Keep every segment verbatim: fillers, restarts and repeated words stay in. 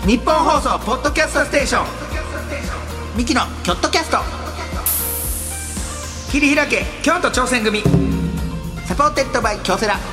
日本放送ポッドキャストステーションミキのキョットキャスト。切り開け京都挑戦組サポーテッドバイ京セラ。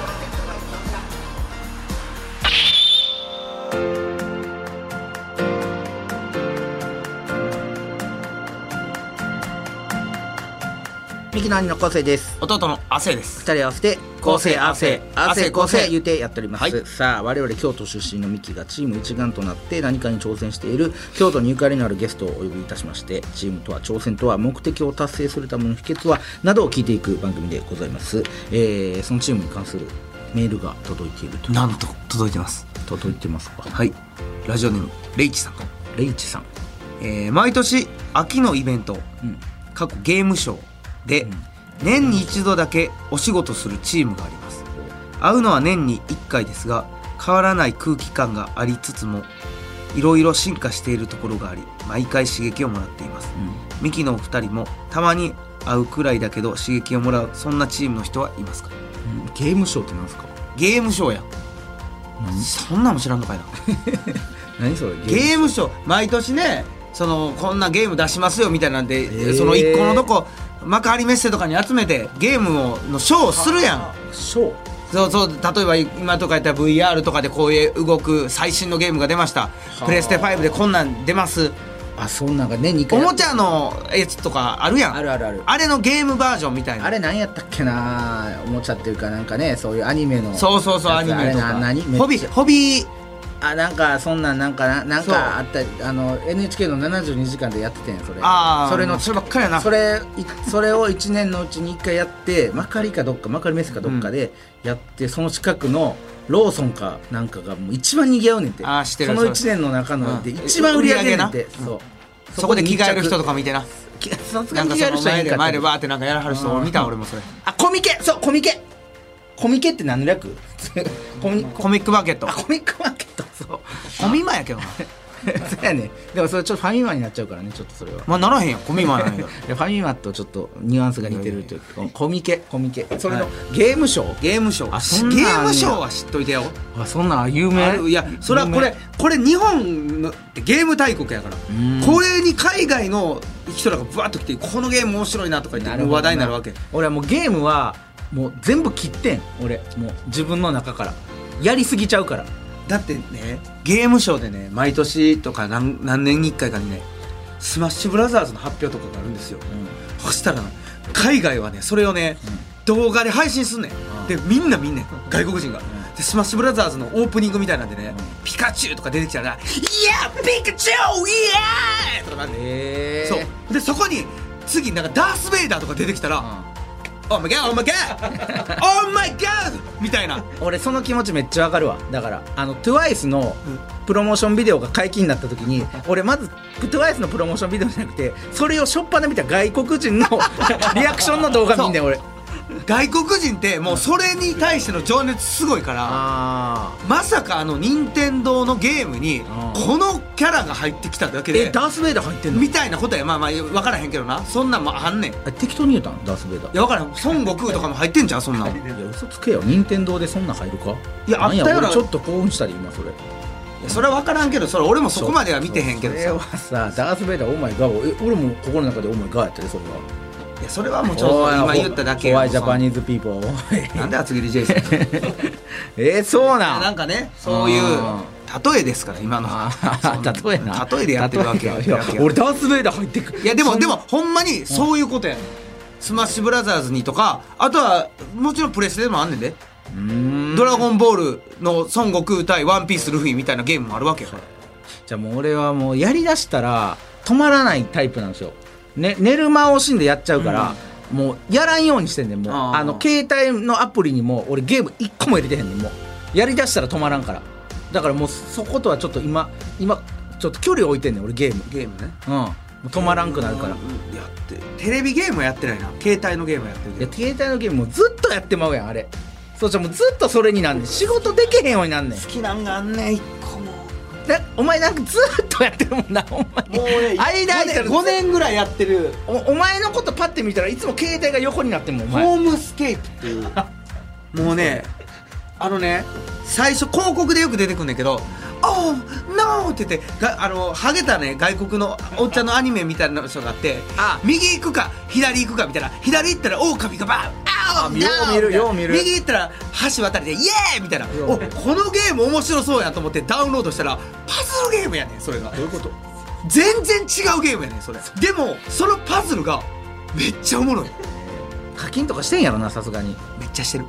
ミキの兄の昴生です。 弟の亜生です。 二人合わせて昴生亜生亜生昴生言うてやっております、はい、さあ我々京都出身のミキがチーム一丸となって何かに挑戦している京都にゆかりのあるゲストをお呼びいたしまして、チームとは挑戦とは目的を達成するための秘訣はなどを聞いていく番組でございます、えー、そのチームに関するメールが届いていると。 なんと届いてます。 届いてますか。 はい。ラジオネームレイチさん。 レイチさん、 えー、毎年秋のイベント、うん、過去ゲームショーで、うん、年に一度だけお仕事するチームがあります。会うのは年にいっかいですが、変わらない空気感がありつつもいろいろ進化しているところがあり、毎回刺激をもらっています、うん、ミキのお二人もたまに会うくらいだけど刺激をもらう、そんなチームの人はいますか。 うん、ゲームショーってなんですか。 ゲームショーや。そんなんも知らんのかいな何それ。 ゲームショー毎年ね、そのこんなゲーム出しますよみたいなんで、えー、そのいっこのとこ幕張メッセとかに集めてゲームをのショーをするやん。 ショー。 そうそう、例えば今とかやったら ブイアール とかでこういう動く最新のゲームが出ました、プレステファイブでこんなん出ます。 あ、そんなんがねにかい。 おもちゃのやつとかあるやん。 あるあるある。 あれのゲームバージョンみたいな。 あれ何やったっけな。おもちゃっていうかなんかね、そういうアニメの。 そうそうそう、アニメとか。あれ何ホビーホビーあ、なんかそんなんなんかな、なんかあった。あの エヌエイチケー のななじゅうにじかんでやっててんそれ。 ああ、 それのそればっかりやな。 それそれをいちねんのうちにいっかいやって幕張かどっか幕張メッセかどっかでやって、うん、その近くのローソンかなんかがもう一番にぎわうねんて。 あ、知ってる。 そのいちねんの中ので一番売り上げねんて、うん、そう、 そこで着替える人とか見てな。 さすがに着替える人はいいかった。 前でバーってなんかやらはる人俺見た。俺もそれ。 あ、コミケ。そう、コミケ。コミケって何の略コミコミックマーケット。 あ、コミックマーケット。そう、 コミマやけどなそうやね。でもそれちょっとファミマになっちゃうからね、ちょっとそれは。 まあならへんやん、コミマなんやファミマとちょっとニュアンスが似てるというか、コミケ、コミケ。それのゲームショー。 ゲームショー。 あ、そんなゲームショーは知っといてよ。 あ、そんな有名。 いや、それはこれこれ日本のゲーム大国やから、これに海外の人らがブワッと来て、このゲーム面白いなとか言って話題になるわけ。 俺はもうゲームはもう全部切ってん。俺もう自分の中からやりすぎちゃうから。 だってね、ゲームショーでね、毎年とか 何, 何年にいっかいかにね、スマッシュブラザーズの発表とかがあるんですよ、うん、そしたら海外はねそれをね、うん、動画で配信すんねん、うん、でみんなみんな外国人が、うん、でスマッシュブラザーズのオープニングみたいなんでね、うん、ピカチュウとか出てきたら「イエーピカチュウイエー!」とかなんで、そうでそこに次なんかダース・ベイダーとか出てきたら、うん、オーマイガーオーマイガーオーマイガーみたいな。 俺その気持ちめっちゃわかるわ。だからあの トゥワイス のプロモーションビデオが解禁になった時に、俺まず トゥワイス のプロモーションビデオじゃなくて、それをしょっぱな見た外国人のリアクションの動画見んねん俺。 外国人ってもうそれに対しての情熱すごいから、あまさかあの任天堂のゲームにこのキャラが入ってきただけで、 えダース・ベイダー入ってんのみたいなことや。まあまあ分からへんけどな、そんなんもあんねん。 適当に言うたんダース・ベイダー。 いや分からん、孫悟空とかも入ってんじゃんそんなん。いや嘘つけよ、任天堂でそんなん入るか。 いやあったよな。 ちょっと興奮したり今それ。いやそれは分からんけど、それ俺もそこまでは見てへんけどさ。 それはさダース・ベイダーオーマイガー、え俺も心の中でオーマイガーやったでそれは。 いやそれはもうちょっと今言っただけや。 怖いジャパニーズピーポー。 なんで厚切りジェイソンえー、そうなん。 なんかね、そういう例えですから今の。 例えな。 例えでやってるわけや。 俺ダース・ベイダー入ってくる。 いやでもでもほんまにそういうことやねん。スマッシュブラザーズにとか、あとはもちろんプレステでもあんねんで。うーん、ドラゴンボールの孫悟空対ワンピースルフィみたいなゲームもあるわけやから。 じゃあもう俺はもうやりだしたら止まらないタイプなんですよ。ね、寝る間を惜しんでやっちゃうから、うん、もうやらんようにしてんねん。もう あ, あの携帯のアプリにも俺ゲームいっこも入れてへんねん。もうやりだしたら止まらんから。だからもうそことはちょっと今今ちょっと距離を置いてんねん俺ゲームゲームね。 うん、もう止まらんくなるから。やってテレビゲームはやってないな。携帯のゲームやってるけど。 いや携帯のゲームもずっとやってまうやんあれ。そうじゃもうずっとそれになんねん。仕事できへんようになんねん。 好きなんがあんねんいっこも。 お前なんかずっとやってるもんな。お前もうね間でごねんぐらいやってる。 お, お前のことパッて見たらいつも携帯が横になってんもん。お前ホームスケープっていうもうねあのね最初広告でよく出てくるんだけど、 おーノーって言ってがあのハゲたね外国のおっちゃんのアニメみたいな人があってあ右行くか左行くかみたいな左行ったら狼がバーンあーよう見るよう見る右行ったら橋渡りでイエーイみたいなおこのゲーム面白そうやと思ってダウンロードしたらパズルゲームやねんそれがどういうこと全然違うゲームやねんそれでもそのパズルがめっちゃおもろい課金とかしてんやろなさすがにめっちゃしてる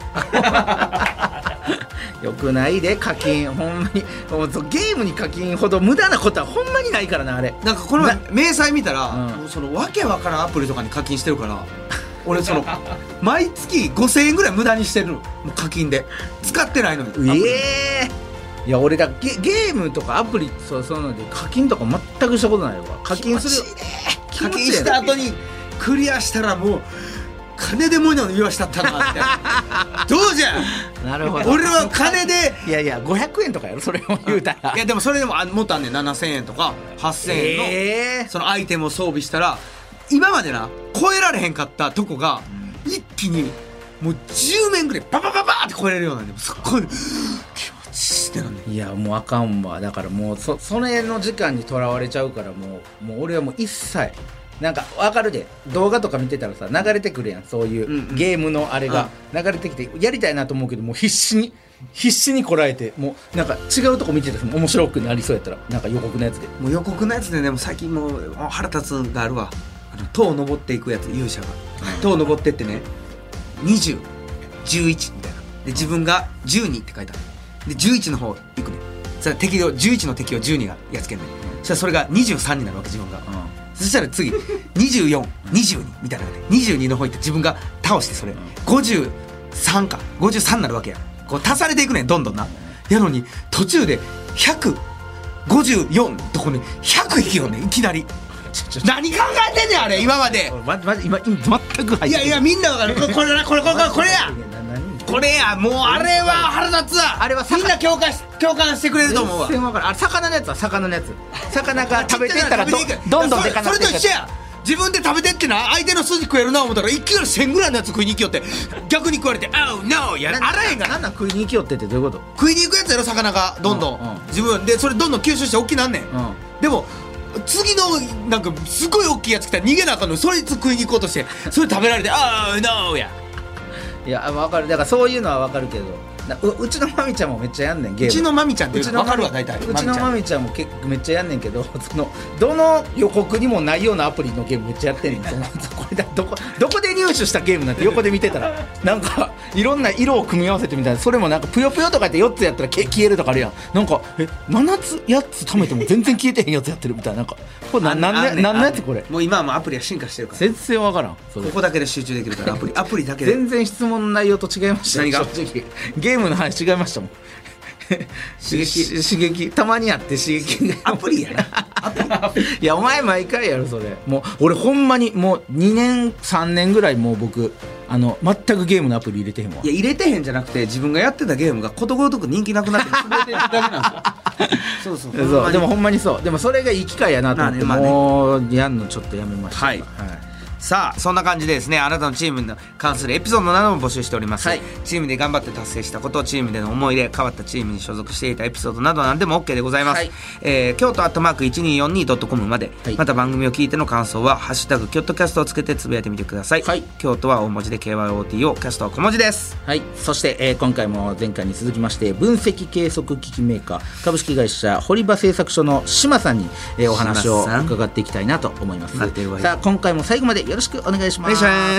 よくないで課金ほんまにもうゲームに課金ほど無駄なことはほんまにないからなあれなんかこの明細見たら、 うん、 もうそのわけわからんアプリとかに課金してるから俺その毎月ごせんえんぐらい無駄にしてるのもう課金で使ってないのにええー、いや俺だ ゲ, ゲームとかアプリそうそういうので課金とか全くしたことないわ課金する課金した後にクリアしたらもう金でもいいの言わしたったなってどうじゃなるほど俺は金でいやいやごひゃくえんとかやろそれを言うたらいやでもそれでももっとあんねんななせんえんとかはっせんえんの、 えー、 そのアイテムを装備したら今までな超えられへんかったとこが一気にもうじゅうめんぐらいババババーって超えれるようなんで、すっごい気持ちいいってなんねん。 いやもうあかんわ。だからもう そ, それの時間にとらわれちゃうからもうもう俺はもう一切なんか分かるで動画とか見てたらさ流れてくるやんそういう、うんうん、ゲームのあれが流れてきてやりたいなと思うけどもう必死に必死にこらえてもうなんか違うとこ見てて面白くなりそうやったらなんか予告のやつでもう予告のやつでねもう最近もう腹立つがあるわ。あの塔を登っていくやつ勇者が塔を登ってってねにじゅう、じゅういちみたいなで自分がじゅうにって書いてあるでじゅういちの方行くねそれ敵をじゅういちの敵をじゅうにがやっつけんね、うん、そしたらそれがにじゅうさんになるわけ自分が、うん、そしたら次にじゅうよん、にじゅうにみたいなにじゅうにの方行って自分が倒してそれ、うん、ごじゅうさんかごじゅうさんになるわけやこう足されていくねんどんどんなやのに途中でひゃくごじゅうよんのとこにひゃくいきよねいきなり何考えてんねんあれ今までまま今全く入ってるいやいやみんなわかるこれこれこれこれこれやこれやもうあれは腹立つわあれはみんな共感し共感してくれると思うわ全然わかるあれ魚のやつは魚のやつ魚が食べてったら ど, どんどんでかなっていくそれと一緒や自分で食べてってな相手の筋食えるな思ったら一気にせんぐらいのやつ食いに行きよって逆に食われて Oh no やあらへんがなんなん食いに行きよってってどういうこと食いに行くやつやろ魚がどんどん、うんうん、自分でそれどんどん吸収して大きなんねん、うん、でも次のなんかすごい大きいやつ来たら逃げなあかんのにそれ食いに行こうとしてそれ食べられて Oh no やいや分かるだからそういうのは分かるけど う, うちのマミちゃんもめっちゃやんねんゲームうちのマミちゃんって分かるわ大体うちのマミちゃんも結構めっちゃやんねんけどそのどの予告にもないようなアプリのゲームめっちゃやってんねんそのこれだどこどこで入手したゲームなんて横で見てたらなんかいろんな色を組み合わせてみたいなそれもなんかぷよぷよとか言ってよっつやったら消えるとかあるやんなんかえななつやっつ貯めても全然消えてへんやつやってるみたいななんかこれ何のやつこれもう今はもうアプリは進化してるから全然分からんそれここだけで集中できるからアプリアプリだけで全然質問の内容と違いました何が正直ゲームの話違いましたもん刺激刺激たまにあって刺激アプリやなアプリいやお前毎回やるそれもう俺ほんまにもうにねんさんねんぐらいもう僕あの全くゲームのアプリ入れてへんわいや入れてへんじゃなくて自分がやってたゲームがことごとく人気なくなって潰れてるだけなんですよそうそうそうでもほんまにそうでもそれがいい機会やなと思って、まあねまあね、もうやんのちょっとやめました、 はい、はいさあそんな感じでですねあなたのチームに関するエピソードなども募集しております、はい、チームで頑張って達成したことチームでの思い出変わったチームに所属していたエピソードなど何でも OK でございます、はいえー、京都アットマーク いちにーよんにードットコム まで、はい、また番組を聞いての感想はハッシュタグキョットキャストをつけてつぶやいてみてください、はい、京都は大文字で ケーワイオーティーオー キャストは小文字です、 はい、そして、えー、今回も前回に続きまして分析計測機器メーカー株式会社堀場製作所の島さんに、えー、お話を伺っていきたいなと思います。さあ今回も最後までよろしくお願いします。 お願いします。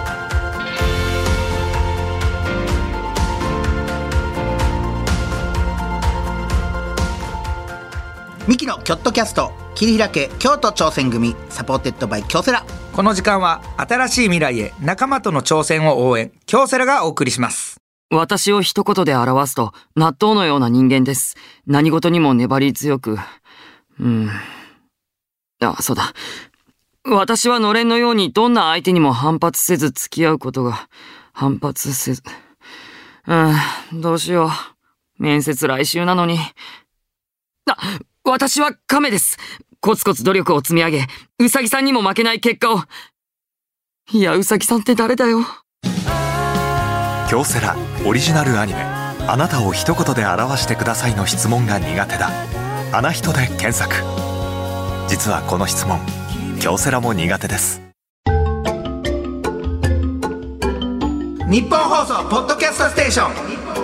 ミキのキョットキャスト切り開け京都挑戦組サポーテッドバイ京セラ。 この時間は新しい未来へ仲間との挑戦を応援京セラがお送りします。 私を一言で表すと納豆のような人間です。何事にも粘り強くうんあそうだ私はのれんのようにどんな相手にも反発せず付き合うことが反発せずうんどうしよう面接来週なのにあ私は亀です。コツコツ努力を積み上げうさぎさんにも負けない結果をいやうさぎさんって誰だよ。 京セラオリジナルアニメあなたを一言で表してくださいの質問が苦手だ。あな人で検索。実はこの質問、京セラも苦手です。 日本放送ポッドキャストステーション、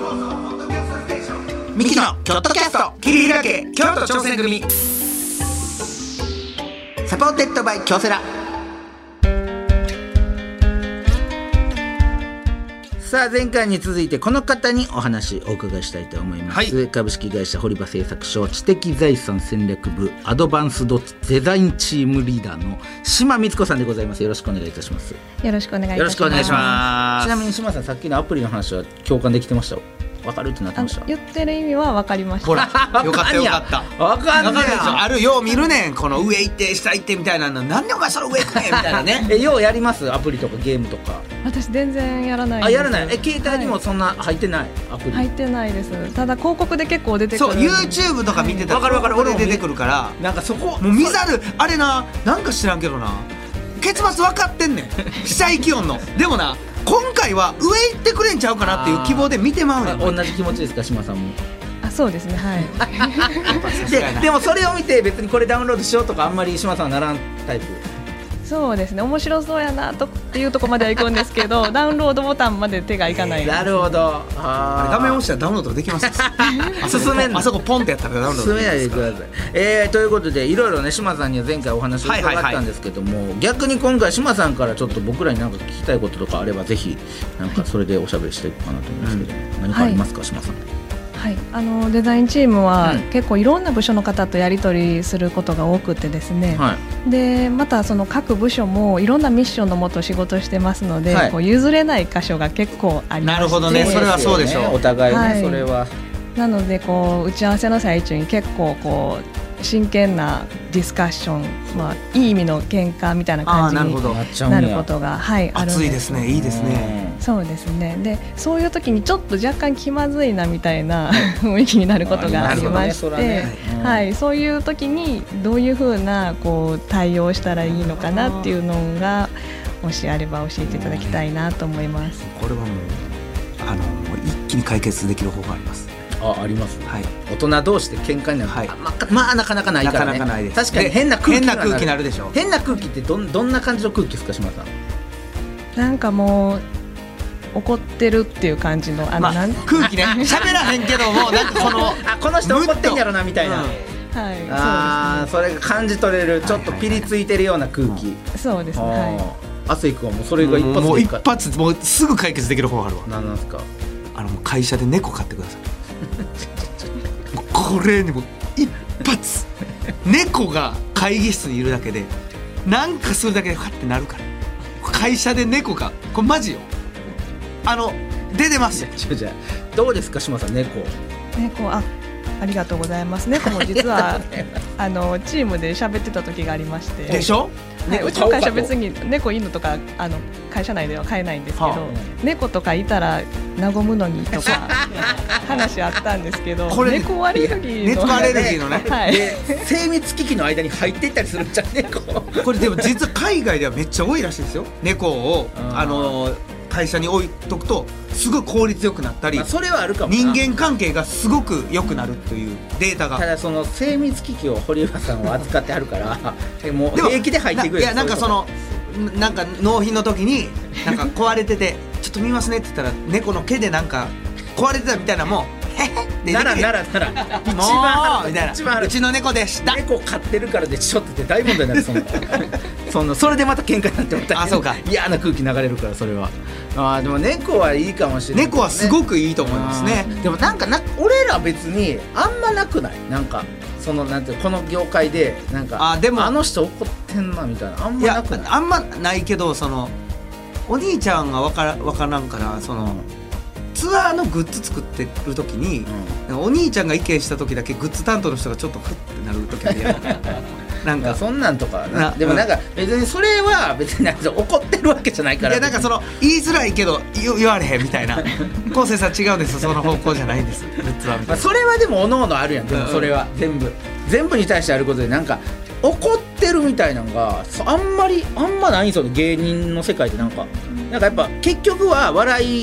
ミキのキョットキャスト、切り開け京都挑戦組、サポーテッドバイ京セラ。さあ前回に続いてこの方にお話お伺いしたいと思います、はい、株式会社堀場製作所知的財産戦略部アドバンスドデザインチームリーダーの島光子さんでございます。よろしくお願いいたします。 よろしくお願いいたします。 よろしくお願いします。ちなみに島さん、さっきのアプリの話は共感できてました？分かるってなってました？ 言ってる意味は分かりました。 ほらよかったよかった。 分かんねや。あるよう見るねん、この上行って下行ってみたいなの、なんでお前その上行くねんみたいなね。 え、ようやります？アプリとかゲームとか。 私全然やらないんです。 あ、やらない。え、携帯にもそんな入ってない、はい、アプリ入ってないです。ただ広告で結構出てくる。 そう YouTube とか見てたら、はい、分かる分かる、俺出てくるから、 なんかそこもう見ざる、あれな、なんか知らんけどな、結末分かってんねん下行きよんの。でもな、今回は上行ってくれんちゃうかなっていう希望で見てまうねん。 同じ気持ちですか、島さんも？ あ、そうですね、はいで, でもそれを見て別にこれダウンロードしようとかあんまり島さんはならんタイプ？ そうですね、面白そうやなとっていうところまでは行くんですけどダウンロードボタンまで手がいかない。 なるほど。 あ、画面押したらダウンロードできます進めんの、 あそこポンってやったらダウンロードできます。進めないでください。 えー、ということでいろいろね、島さんには前回お話を伺ったんですけども、はいはいはい、逆に今回島さんからちょっと僕らに何か聞きたいこととかあればぜひなんかそれでおしゃべりしていこうかなと思いますけど、はい、何かありますか、はい、島さん？ はい、あのデザインチームは結構いろんな部署の方とやり取りすることが多くてですね、はい、でまたその各部署もいろんなミッションのもと仕事してますので、はい、こう譲れない箇所が結構ありまして。 なるほどね、それはそうでしょう、 お互いね、はい、それはなのでこう打ち合わせの最中に結構こう真剣なディスカッション、まあ、いい意味の喧嘩みたいな感じになることが、はい、あるんです。 熱いですね、いいですね。 そうですね。でそういう時にちょっと若干気まずいなみたいな雰囲気になることがありまして、ねね、はい、そういう時にどういうふうなこう対応したらいいのかなっていうのがもしあれば教えていただきたいなと思います。 これはもうあの一気に解決できる方法があります。 あ, あります、 はい、 大人同士で喧嘩になる、はい、ま, まあなかなかないからね。 なかなかないです。 確かに変な空気変な空気になるでしょ。 変な空気ってど ん, どんな感じの空気ですか、島さん？ なんかもう怒ってるっていう感じのあの、まあ、なん空気ね喋らへんけどもなんかこのあこの人怒ってんやろなみたいな、うん、はい、あそうですね、それが感じ取れる、ちょっとピリついてるような空気、はいはいはい、 そうですね、はい、 亜生君はもうそれが一発でもう一発もうすぐ解決できる方があるわ。 何なんですか？ あの会社で猫飼ってくださいこれにも一発猫が会議室にいるだけでなんかするだけでファってなるから。会社で猫がこれマジよ、あの出てます。 じゃじゃどうですか、島さん？猫猫あありがとうございます。猫も実はあのチームで喋ってた時がありまして。 でしょ、 はい、うちの会社別に猫犬とかあの会社内では飼えないんですけど、はあ、猫とかいたら和むのにとか話あったんですけど、これ猫アレルギーの猫アレルギーのね、 はい、 で精密機器の間に入っていったりするんじゃん猫これでも実は海外ではめっちゃ多いらしいですよ。猫をあの会社に置いとくとすごい効率よくなったり、まあ、 それはあるかもな。 人間関係がすごく良くなるというデータが。 ただその精密機器を堀場さんは扱ってあるからもう平気で入ってくる。 いやなんかそのなんか納品の時になんか壊れててちょっと見ますねって言ったら猫の毛でなんか壊れてたみたいなもんへへってならならなら一番あるみたいな、うちの猫でした猫飼ってるからでちょっとって大問題になるそんなそんなそれでまた喧嘩になってもたあそうか嫌な空気流れるからそれは。あでも猫はいいかもしれない、ね、 猫はすごくいいと思いますね。 でもなんかな俺ら別にあんまなくない？なんかそのなんてこの業界でなんかあでもあの人怒ってんなみたいなあんまなくない？ いやあんまないけどそのお兄ちゃんがわからわからんからその、うん、ツアーのグッズ作ってる時に、うん、お兄ちゃんが意見した時だけグッズ担当の人がちょっとフッてなる時あるやんなんかそんなんとかなでもなんか別にそれは別になんか怒ってるわけじゃないから。 いやなんかその言いづらいけど 言, 言われへんみたいな昴生さん違うんですその方向じゃないんですグッズはみたいな、まあ、 それはでもおのおのあるやん。でもそれは全部全部に対してあることでなんか怒ってるみたいなのがあんまりあんまないんですよね芸人の世界で。なんかなんかやっぱ結局は笑い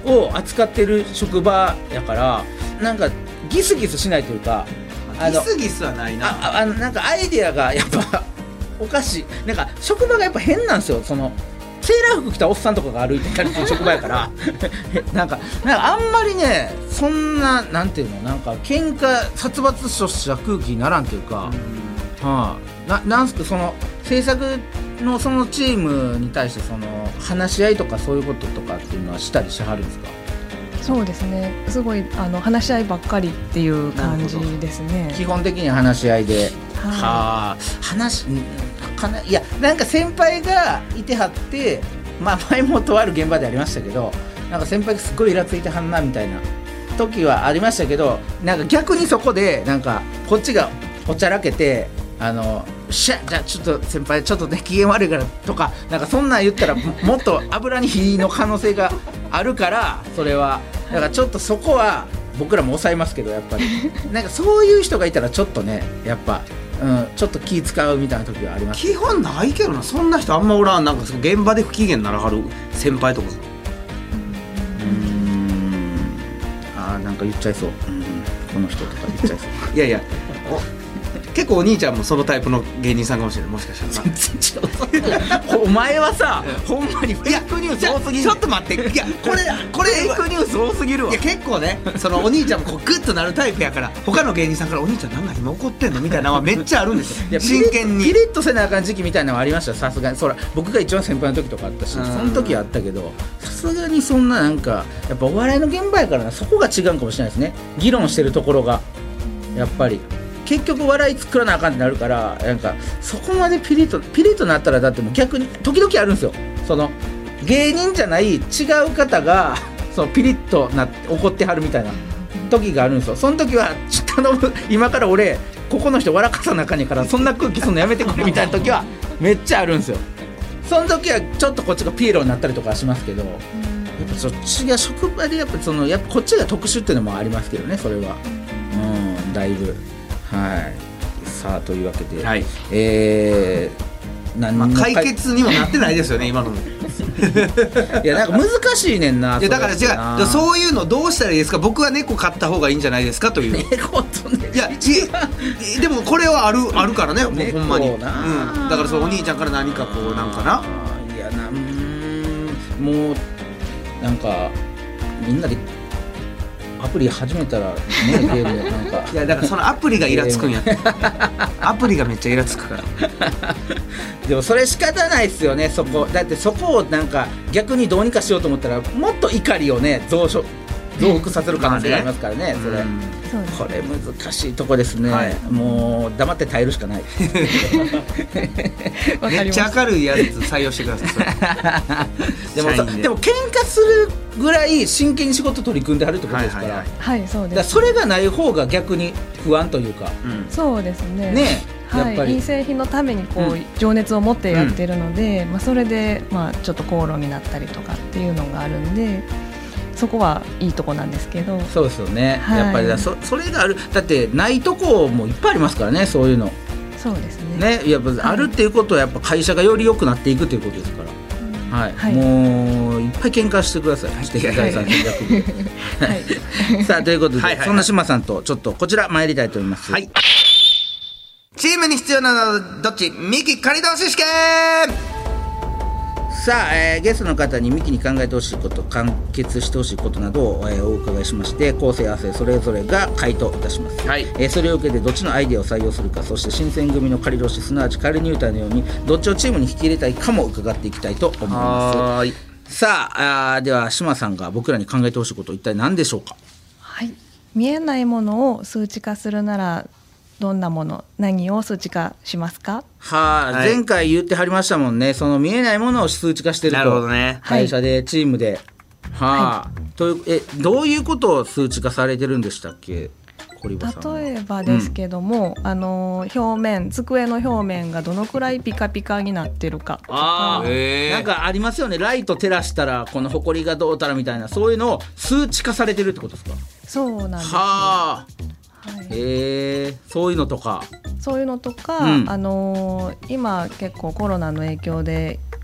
を扱ってる職場やからなんかギスギスしないというかギスギスはないなああのなんかアイディアがやっぱおかしいなんか職場がやっぱ変なんですよそのセーラー服着たおっさんとかが歩いてたりする職場やからなんかなんかあんまりねそんななんていうのなんか喧嘩殺伐とした空気にならんというか、うんはあ、な, なんすかその制作のそのチームに対してその話し合いとかそういうこととかっていうのはしたりしはるんですか？ そうですねすごいあの話し合いばっかりっていう感じですね。 基本的に話し合いでははあ話かないやなんか先輩がいてはってまあ前もとある現場でありましたけどなんか先輩がすごいイラついてはんなみたいな時はありましたけどなんか逆にそこでなんかこっちがおちゃらけてあのしゃじゃあちょっと先輩ちょっとね機嫌悪いからとかなんかそんなん言ったらもっと油に火の可能性があるからそれはだからちょっとそこは僕らも抑えますけどやっぱりなんかそういう人がいたらちょっとねやっぱ、うん、ちょっと気使うみたいな時はあります。 基本ないけどなそんな人あんまおらんなんか現場で不機嫌にならはる先輩とかうーんあーなんか言っちゃいそう、うん、この人とか言っちゃいそういやいや結構お兄ちゃんもそのタイプの芸人さんかもしれないもしかしたら全然違うお前はさほんまにフェイクニュース多すぎるちょっと待っていやこれこれフェイクニュース多すぎるわいや結構ねそのお兄ちゃんもこうグッとなるタイプやから他の芸人さんからお兄ちゃんなんか今怒ってんのみたいなのはめっちゃあるんですよいや真剣にピリッとせなあかん時期みたいなのはありましたさすがにそら僕が一番先輩の時とかあったしその時はあったけどさすがにそんななんかやっぱお笑いの現場やからなそこが違うかもしれないですね議論してるところがやっぱり結局笑い作らなあかんってなるからなんかそこまでピリッとピリッとなったらだってもう逆に時々あるんですよその芸人じゃない違う方がそのピリッとなって怒ってはるみたいな時があるんですよその時はちょっと頼む今から俺ここの人笑かさなあかんねんからそんな空気すんのやめてくれみたいな時はめっちゃあるんですよその時はちょっとこっちがピエロになったりとかはしますけどやっぱそっちが職場でやっぱそのやっぱこっちが特殊っていうのもありますけどねそれはうんだいぶはいさあというわけで、はいえー何まあ、解決にもなってないですよね今のもいやなんか難しいねんないやだから違うそういうのどうしたらいいですか僕は猫飼った方がいいんじゃないですかという猫とねいやいでもこれはあるあるからねほんまに、うん、だからそうお兄ちゃんから何かこうなんかないやなんもうなんかみんなでアプリ始めたらねゲームなんかいやだからそのアプリがイラつくんやアプリがめっちゃイラつくからでもそれ仕方ないですよねそこだってそこをなんか逆にどうにかしようと思ったらもっと怒りをね増殖増幅させる可能性がありますからね、それ、うん、これ難しいとこですね、はい、もう黙って耐えるしかないめっちゃ明るいやつ採用してくださいでもででも喧嘩するぐらい真剣に仕事取り組んではるってことですから、はいはいはいはい、そうです、 だからそれがない方が逆に不安というか、 うん、そうですねねはい、いい製品のためにこう、うん、情熱を持ってやってるので、うんまあ、それで、まあ、ちょっと口論になったりとかっていうのがあるんでそこはいいとこなんですけどそうですよね、はい、やっぱりだ そ, それがあるだってないとこもいっぱいありますからねそういうのそうですねねやっぱあるっていうことはやっぱ会社がより良くなっていくということですから、はいはい、もういっぱい喧嘩してくださいして第三戦略で、はい、さあということで、はいはいはい、そんな島さんとちょっとこちら参りたいと思います、はいチームに必要なのはどっちミキ仮同士試験さあ、えー、ゲストの方にミキに考えてほしいこと完結してほしいことなどを、えー、お伺いしまして構成亜生それぞれが回答いたします、はいえー、それを受けてどっちのアイデアを採用するかそして新選組の仮同士すなわち仮入隊のようにどっちをチームに引き入れたいかも伺っていきたいと思います。さあ、あでは島さんが僕らに考えてほしいこと一体何でしょうか。 はい見えないものを数値化するならどんなもの何を数値化しますか。 はあ、はい、前回言ってはりましたもんねその見えないものを数値化してると。 なるほどね会社でチームで、はあ、はい、というえどういうことを数値化されてるんでしたっけ。 例えばですけども、うん、あの表面机の表面がどのくらいピカピカになってるかとかあなんかありますよねライト照らしたらこのホコリがどうたらみたいなそういうのを数値化されてるってことですか。 そうなんです、 はあはい、へえそういうのとかそういうのとか、うん、あのー、今結構コロナの影響で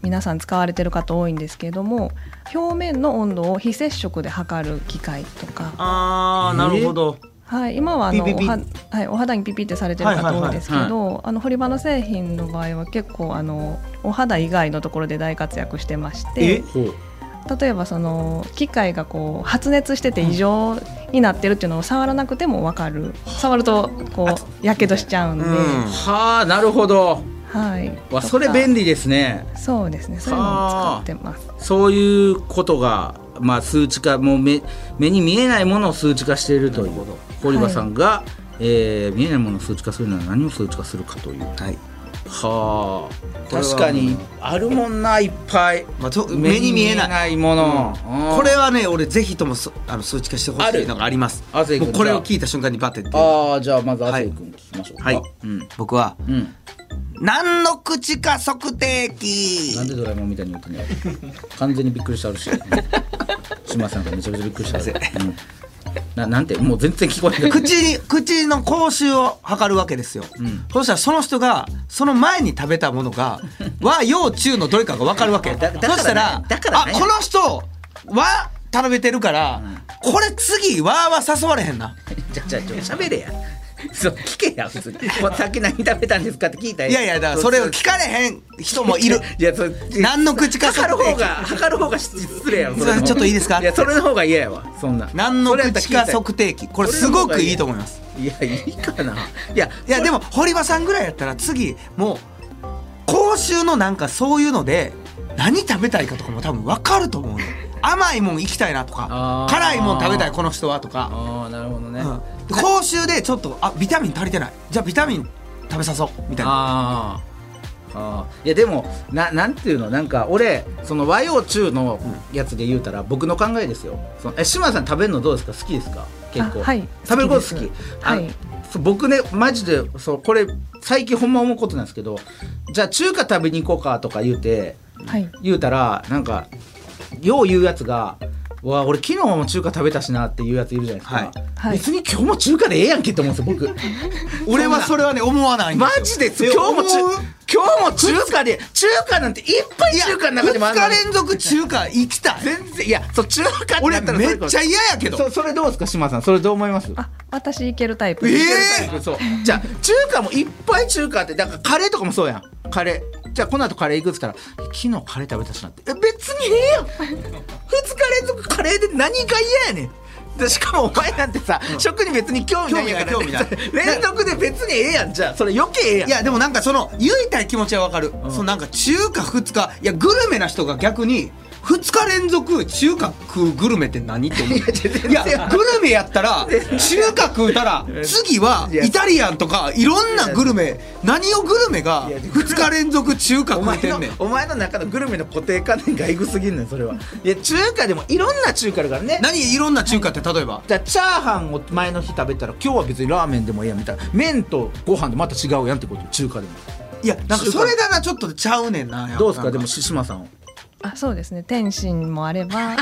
皆さん使われてる方多いんですけれども、表面の温度を非接触で測る機械とか、 あーなるほど、 はい、今はあのピピピおは、はい、お肌にピピってされてる方多いですけど、 はいはいはいあの堀場の製品の場合は結構あのお肌以外のところで大活躍してまして、 ほう例えばその機械がこう発熱してて異常になってるっていうのを触らなくても分かる、触るとこうやけどしちゃうんで、 うんはあなるほど。 はいわそれ便利ですね。 そうですね、そういうのを使ってます。 そういうことが、まあ、数値化もう 目, 目に見えないものを数値化しているという堀場さんが、はいえー、見えないものを数値化するなら何を数値化するかという、 はいはあ確かにあるもんないっぱい、 まあ、と目に見えないもの、 うん、これはね俺ぜひともそあの数値化してほしいのがあります。 亜生君もうこれを聞いた瞬間にバッてってああじゃあまず亜生君聞きましょうか。 はい、はいうん、 僕は、うん何の口か測定器。 なんでドラえもんみたいに言ってんの完全にびっくりしたるし島さんがめちゃめちゃびっくりしたる、うん、な, なんてもう全然聞こえない口に口の口臭を測るわけですよ、うん、そしたらその人がその前に食べたものが和洋中のどれかが分かるわけだだから、ね、そしたらだから、 ね、あこの人和食べてるから、うん、これ次和は誘われへんなじゃじゃじゃ喋れやそう聞けや普通にさっき何食べたんですかって聞いたらいやいやだからそれを聞かれへん人もいるいやそ何の口か測る方が測る方が失礼やそれちょっといいですか。 いやそれの方が嫌やわそんな何の口か測定器これすごくいいと思います。 いやいいかないやいやでも堀場さんぐらいやったら次もう口臭のなんかそういうので何食べたいかとかも多分分かると思うよ。甘いもん行きたいなとか辛いもん食べたいこの人はとか。 ああなるほどね、うん口臭でちょっとあビタミン足りてないじゃあビタミン食べさそうみたいな。 ああいやでも な, なんていうのなんか俺その和洋中のやつで言うたら、うん、僕の考えですよ。そのえ島さん食べるのどうですか好きですか結構、 はい、 食べること好きあ、はい、僕ねマジでそうこれ最近ほんま思うことなんですけどじゃあ中華食べに行こうかとか言うて、はい、言うたらなんかよう言うやつがわ俺昨日も中華食べたしなっていうやついるじゃないですか、はい、別に今日も中華でええやんけって思うんですよ僕俺はそれはね思わないんですよマジで今日も中今日も中華で中華なんていっぱい中華の中でもあるのふつか連続中華行きたい全然いやそう中華ってな俺ったらめっちゃ嫌やけどそ, それどうですか島さんそれどう思います。 あ私いけるタイプえー、そうじゃあ中華もいっぱい中華ってだからカレーとかもそうやんカレーじゃあこの後カレー行くっつったら昨日カレー食べたしなってえ別にええやんふつか連続カレーで何が嫌やねんでしかもお前なんてさ、うん、食に別に興味ないやから、ね、連続で別にええやんじゃあそれ余計ええやん。 いやでもなんかその言いたい気持ちはわかる、うん、そのなんか中華ふつかいやグルメな人が逆にふつか連続中華食うグルメって何って思う。いやグルメやったら中華食うたら次はイタリアンとかいろんなグルメ何をグルメがふつか連続中華食うてんねん。 お前の中のグルメの固定観念がエグすぎんねんそれは。いや中華でもいろんな中華あるからね。 何いろんな中華って例えばじゃあチャーハンを前の日食べたら今日は別にラーメンでもええやんみたいな麺とご飯でまた違うやんってこと中華でも。 いやなんかそれがなちょっとちゃうねんな。 どうですかでも島さんあそうですね天津もあれば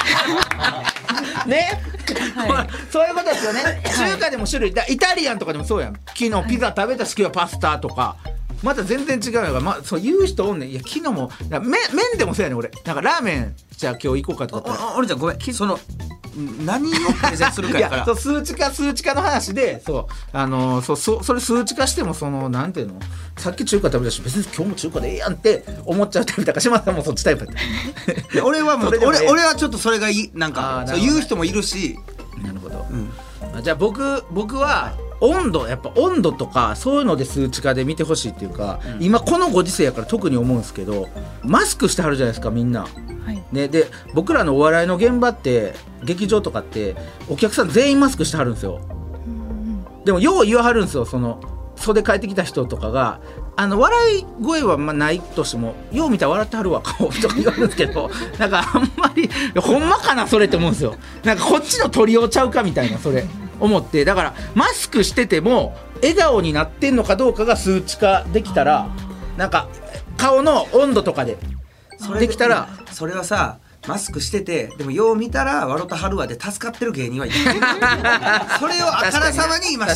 ね、はい、そういうことですよね。中華でも種類だイタリアンとかでもそうやん昨日ピザ食べたし今日はパスタとかまた全然違うのが、まあ、そう言う人おんねん。いや昨日も麺麺でもそうやねん俺なんかラーメンじゃあ今日行こうかとか俺じゃごめんその何をプレゼンするかやからいやそう数値化数値化の話でそうあのー、そ, そ, それ数値化してもそのなんていうのさっき中華食べたし別に今日も中華でええやんって思っちゃうタイプだから島さんもそっちタイプだった俺はもう俺, 俺はちょっとそれがいいなんかそう言う人もいるしなるほど、うん、じゃあ僕僕は温度やっぱ温度とかそういうので数値化で見てほしいっていうか、うん、今このご時世やから特に思うんですけどマスクしてはるじゃないですかみんな、はいね、で僕らのお笑いの現場って劇場とかってお客さん全員マスクしてはるんですよ、うん、でもよう言わはるんですよその袖帰ってきた人とかがあの笑い声はまあないとしてもよう見たら笑ってはるわ顔とか言われるんですけどなんかあんまりほんまかなそれって思うんですよ。なんかこっちの取りようちゃうかみたいなそれ思ってだからマスクしてても笑顔になってんのかどうかが数値化できたらなんか顔の温度とかでできたらそれはさマスクしててでもよう見たら笑ったはるわで助かってる芸人はいるそれをあからさまに今した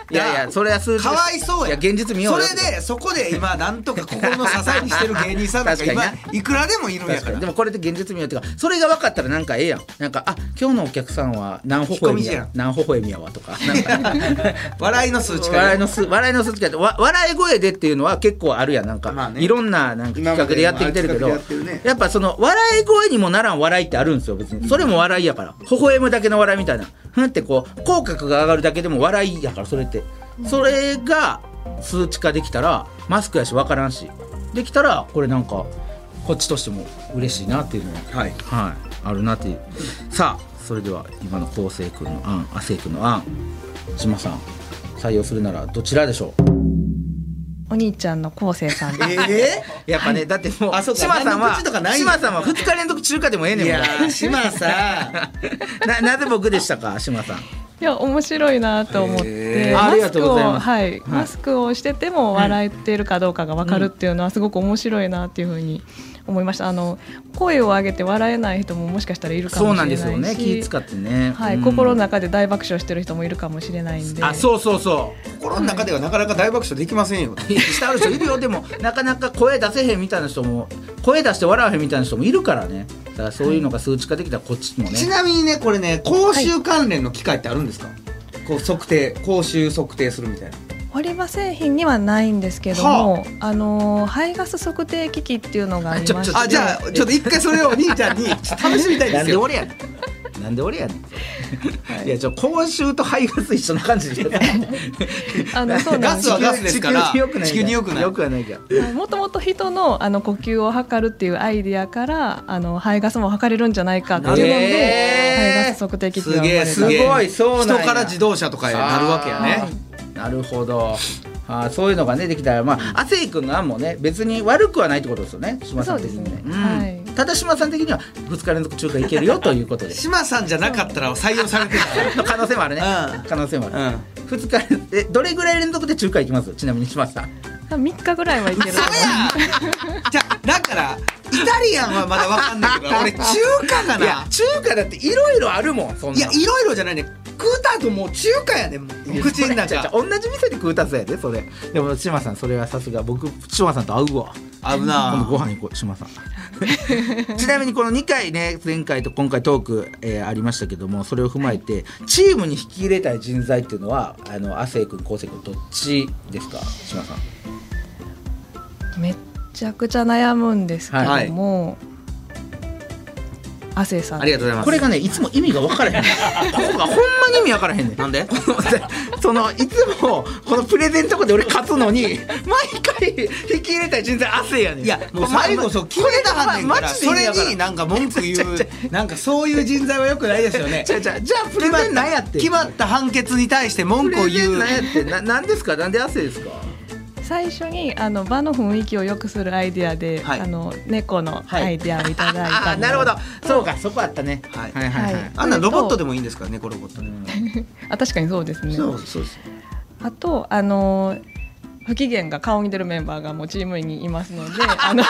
いやいやそれは数字かわいそうや。 いや現実見ようよ。 それでそこで今なんとか心の支えにしてる芸人さんなんか今確かいくらでもいるんやから。 確かにでもこれで現実見ようっていうかそれが分かったらなんかええやん。なんかあ今日のお客さんは何微笑みや何微笑みやわとかなんか笑いの数値か笑いの数笑いの数値かってわ笑い声でっていうのは結構あるやん。なんか、 まあね、 いろんななんか企画でやってきてるけど今までのやってるね、 やっぱその笑い声にもならん笑いってあるんですよ別に。それも笑いやから微笑むだけの笑いみたいなふんってこう口角が上がるだけでも笑いやからそれってそれが数値化できたらマスクやし分からんしできたらこれなんかこっちとしても嬉しいなっていうのは、 はいはい、あるなっていう。さあそれでは今の昴生君の案亜生君の案島さん採用するならどちらでしょう。 お兄ちゃんの昴生さんでえやっぱね、はい、だってもうあそうか島さんは島さんはふつか連続中華でもええねんいもん。 や島さんな, なぜ僕でしたか島さん。 いや面白いなと思ってありがとうございます。 はい、 はい、 マスクをしてても笑ってるかどうかが分かるっていうのはすごく面白いなっていうふうに思いました。あの声を上げて笑えない人ももしかしたらいるかもしれないし、 そうなんですよね気使ってね、 はい、うん、心の中で大爆笑してる人もいるかもしれないんで。 あそうそうそう心の中ではなかなか大爆笑できませんよ。 してある人いるよ。でもなかなか声出せへんみたいな人も声出して笑わへんみたいな人もいるからね。だからそういうのが数値化できたらこっちもね。 ちなみにねこれね口臭関連の機械ってあるんですか、はい、こう測定口臭測定するみたいな。 堀場製品にはないんですけども、はあ、あの排ガス測定機器っていうのがありまして、 あじゃあちょっと一回それをお兄ちゃんに試してみたいんですよ。 なんで俺やねんなんで俺やねん、はい、いやちょ口臭と排ガス一緒な感じであのそうなんです。 ガスはガスですから地球に良くない。 地球に良くない。 良くはないか。 もともと人のあの呼吸を測るっていうアイディアからあの排ガスも測れるんじゃないかっていうので排ガス測定機器が生まれた。 すごいそうなんや。 人から自動車とかになるわけやね。 なるほど。あそういうのがねできたらまあ亜生君の案もね別に悪くはないってことですよね島さん的にね。 そうですね、うんはい、 ただ島さん的にはふつか連続中華いけるよということで島さんじゃなかったら採用されてた可能性もあるね、うん、可能性もある、うん、ふつかえどれぐらい連続で中華いきます。ちなみに島さんみっかぐらいはいける。 そうやじゃあだからイタリアンはまだ分かんないけど俺中華かな。 いや中華だっていろいろあるもん。そんないやいろいろじゃないね食うた後もう中華やねん口の中。 同じ店で食うたそうやでそれ。でも島さんそれはさすが僕島さんと合うわ。 合うな。 今度ご飯行こう島さんちなみにこのにかいね前回と今回トーク、えー、ありましたけどもそれを踏まえてチームに引き入れたい人材っていうのはあの亜生君昴生君どっちですか島さん。 めっちゃくちゃ悩むんですけども、はい亜生さん。 ありがとうございます。 これがねいつも意味が分からへんここがほんまに意味分からへんねん。 なんでそのいつもこのプレゼンとかで俺勝つのに毎回引き入れたい人材亜生やねん。 いやもう最後そう決めたはんねんからそれになんか文句言うなんかそういう人材はよくないですよね。 じゃあじゃあじゃあプレゼン何やって決まった判決に対して文句を言う。 プレゼン何やってな何ですか。なんで亜生ですか。 最初にあの場の雰囲気を良くするアイデアで、はい、あの猫のアイデアをいただいた、 はい、あなるほどそうかそこあったね、 はいはいはいはい、あんなロボットでもいいんですから猫ロボット、うん、 あ確かにそうですね。 そうそうです。 あとあの不機嫌が顔に出るメンバーがもうチームにいますのであの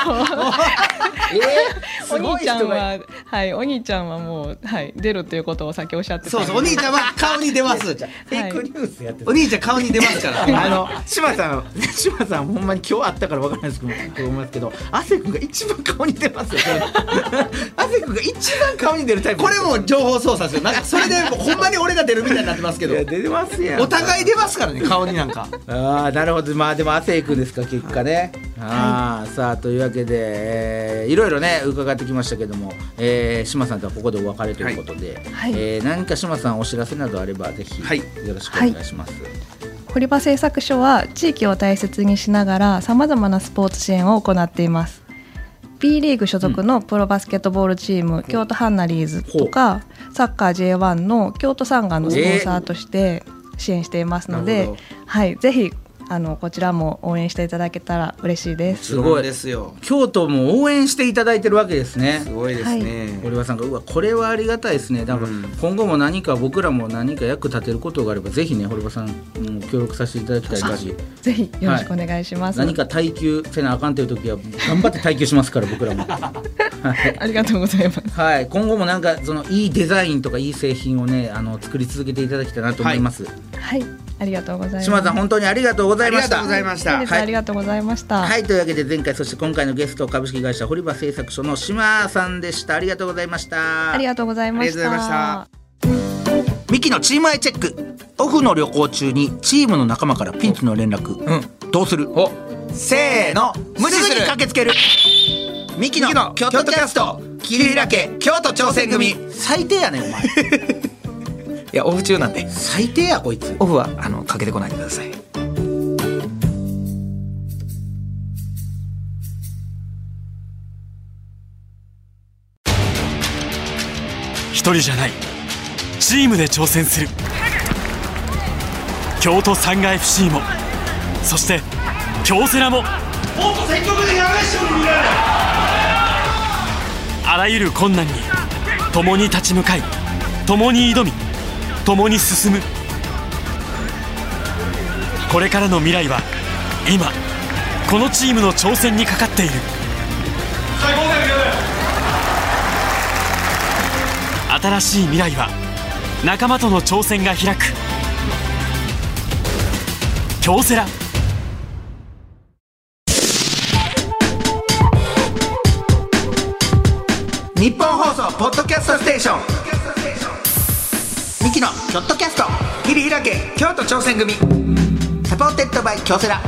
えー、お兄ちゃんははいお兄ちゃんはもう、はい、出るということをさっきおっしゃってた。 そうそうお兄ちゃんは顔に出ます。フェイクニュースやってお兄ちゃん顔に出ますからあの島さん島さんほんまに今日あったから分からないですけど思いますけど亜生君が一番顔に出ますよ亜生君が一番顔に出るタイプ。 これも情報操作ですよ。なんかそれでもうほんまに俺が出るみたいになってますけど。 いや出てますやん。 お互い出ますからね顔になんかああなるほど。まあでも亜生君ですか結果ね、はい、あさあというわけで、えー、いろいろね伺ってきましたけども、えー、島さんとはここでお別れということで、はいえー、何か島さんお知らせなどあればぜひよろしくお願いします。はいはい、 堀場製作所は地域を大切にしながらさまざまなスポーツ支援を行っています。 B リーグ所属のプロバスケットボールチーム、うん、京都ハンナリーズとかサッカー ジェイワン の京都サンガのスポンサーとして支援していますので、えーはい、ぜひあのこちらも応援していただけたら嬉しいです。 すごいですよ。京都も応援していただいてるわけですね。 すごいですね。 堀場さんがうわこれはありがたいですね。だから今後も何か僕らも何か役立てることがあればぜひね堀場さんも協力させていただきたいしぜひよろしくお願いします。 はい、何か耐久せなあかんという時は頑張って耐久しますから僕らも、はい、 ありがとうございます。 はい、今後もなんかそのいいデザインとかいい製品をねあの作り続けていただきたいなと思います。 ははい、ありがとうございます。 島田さん本当にありがとうございました。 ありがとうございました。 本日はありがとうございました。 はい、はい、というわけで前回そして今回のゲスト株式会社堀場製作所の島さんでした。ありがとうございました。 ありがとうございました。 ありがとうございました。 ミキのチームアイチェック。オフの旅行中にチームの仲間からピンチの連絡、うん、どうする？ おせーの、無視する。 すぐに駆けつける。ミキの京都キャスト桐平家京都挑戦組。最低やねんお前。 いやオフ中なんで。 最低やこいつ。 オフはあのかけてこないでください。 一人じゃない、チームで挑戦する京都サンガ エフシー も、そして京セラも、もっと積極的に話してくれ。あらゆる困難に共に立ち向かい、共に挑み、共に進む。これからの未来は今このチームの挑戦にかかっている。新しい未来は仲間との挑戦が開く。京セラ。 日本放送ポッドキャストステーション。ミキのキョットキャスト桐平家京都挑戦組、 サポーテッドバイ京セラ。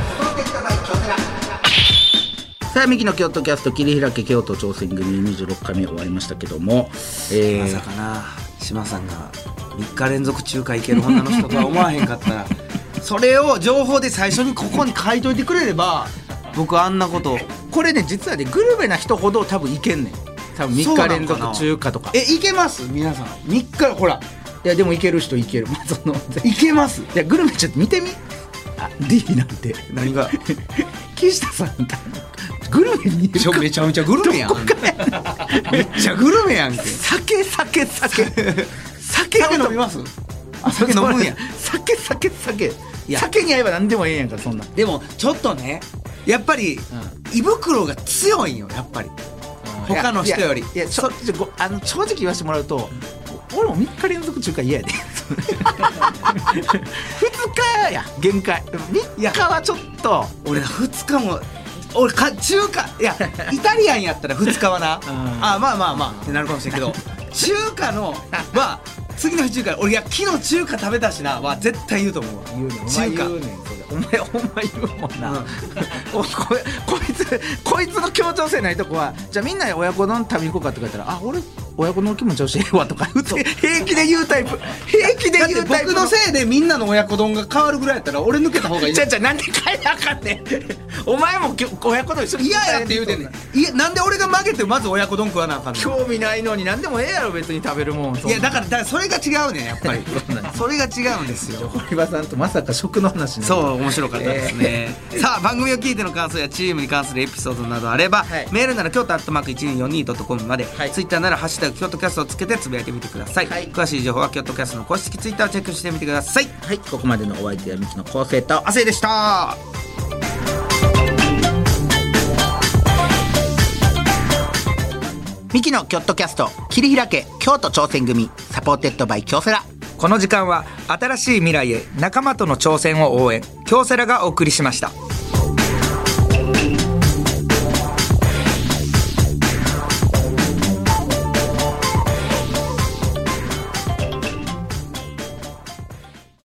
さあミキの京都キャスト桐平家京都挑戦組にじゅうろっかいめ終わりましたけども、 えー、まさかな島さんがみっか連続中華行ける女の人とは思わへんかったらそれを情報で最初にここに書いといてくれれば僕あんなことこれね実はねグルメな人ほど多分いけんねん。多分みっか連続中華とか。 えいけます皆さんみっかほら。 いやでもいける人いける。まあ、そのいけます。 いやグルメちょっと見てみ。あ D なんて何が岸田さんグルメにちょめちゃめちゃグルメやん。めっちゃグルメやんけ。 酒酒酒酒酒飲みます？あ酒飲むんや。 酒酒酒酒に合えば何でもええやんかそんな。 でもちょっとねやっぱり、うん、胃袋が強いんよやっぱり、うん、他の人より。 いやちょちょあの正直言わせてもらうと俺もみっか連続中華嫌やで。ふつかや限界。みっかはちょっと俺ふつかも俺か中華いやイタリアンやったらふつかはな、うん、あまあまあまあってなるかもしれんけど中華のは次の日中華俺いや昨日中華食べたしなは絶対言うと思うわ。 言うねんお前言うねんそれお前ほんま言うもんな、うん、こ, こいつこいつの協調性ないとこはじゃあみんなで親子丼食べに行こうかとか言ったらあ俺親子丼気持ち調子ええわとか平気で言うタイプ。平気で言うタイプ。 僕のせいでみんなの親子丼が変わるぐらいやったら俺抜けた方がいい。 じゃあじゃあなんで変えなあかんねん。お前も親子丼一緒に嫌やって言うてんねん。いやなんで俺が曲げてまず親子丼食わなあかんねん。 興味ないのに何でもええやろ別に食べるもん。 いやだからだからそれが違うねんやっぱり。それが違うんですよ。 堀場さんとまさか食の話。 そう面白かったですね、えー、さあ番組を聞いての感想やチームに関するエピソードなどあれば、はい、メールなら京都アットマーク いちにーよんにードットコム まで、はい、ツイッターならハッシュタグ京都キャストをつけてつぶやいてみてください、はい、詳しい情報は京都キャストの公式ツイッターをチェックしてみてください。 はい、ここまでのお相手はミキの昴生と亜生でした。 ミキのキョットキャスト桐平家京都挑戦組サポーテッドバイ京セラ。 この時間は新しい未来へ仲間との挑戦を応援京セラがお送りしました。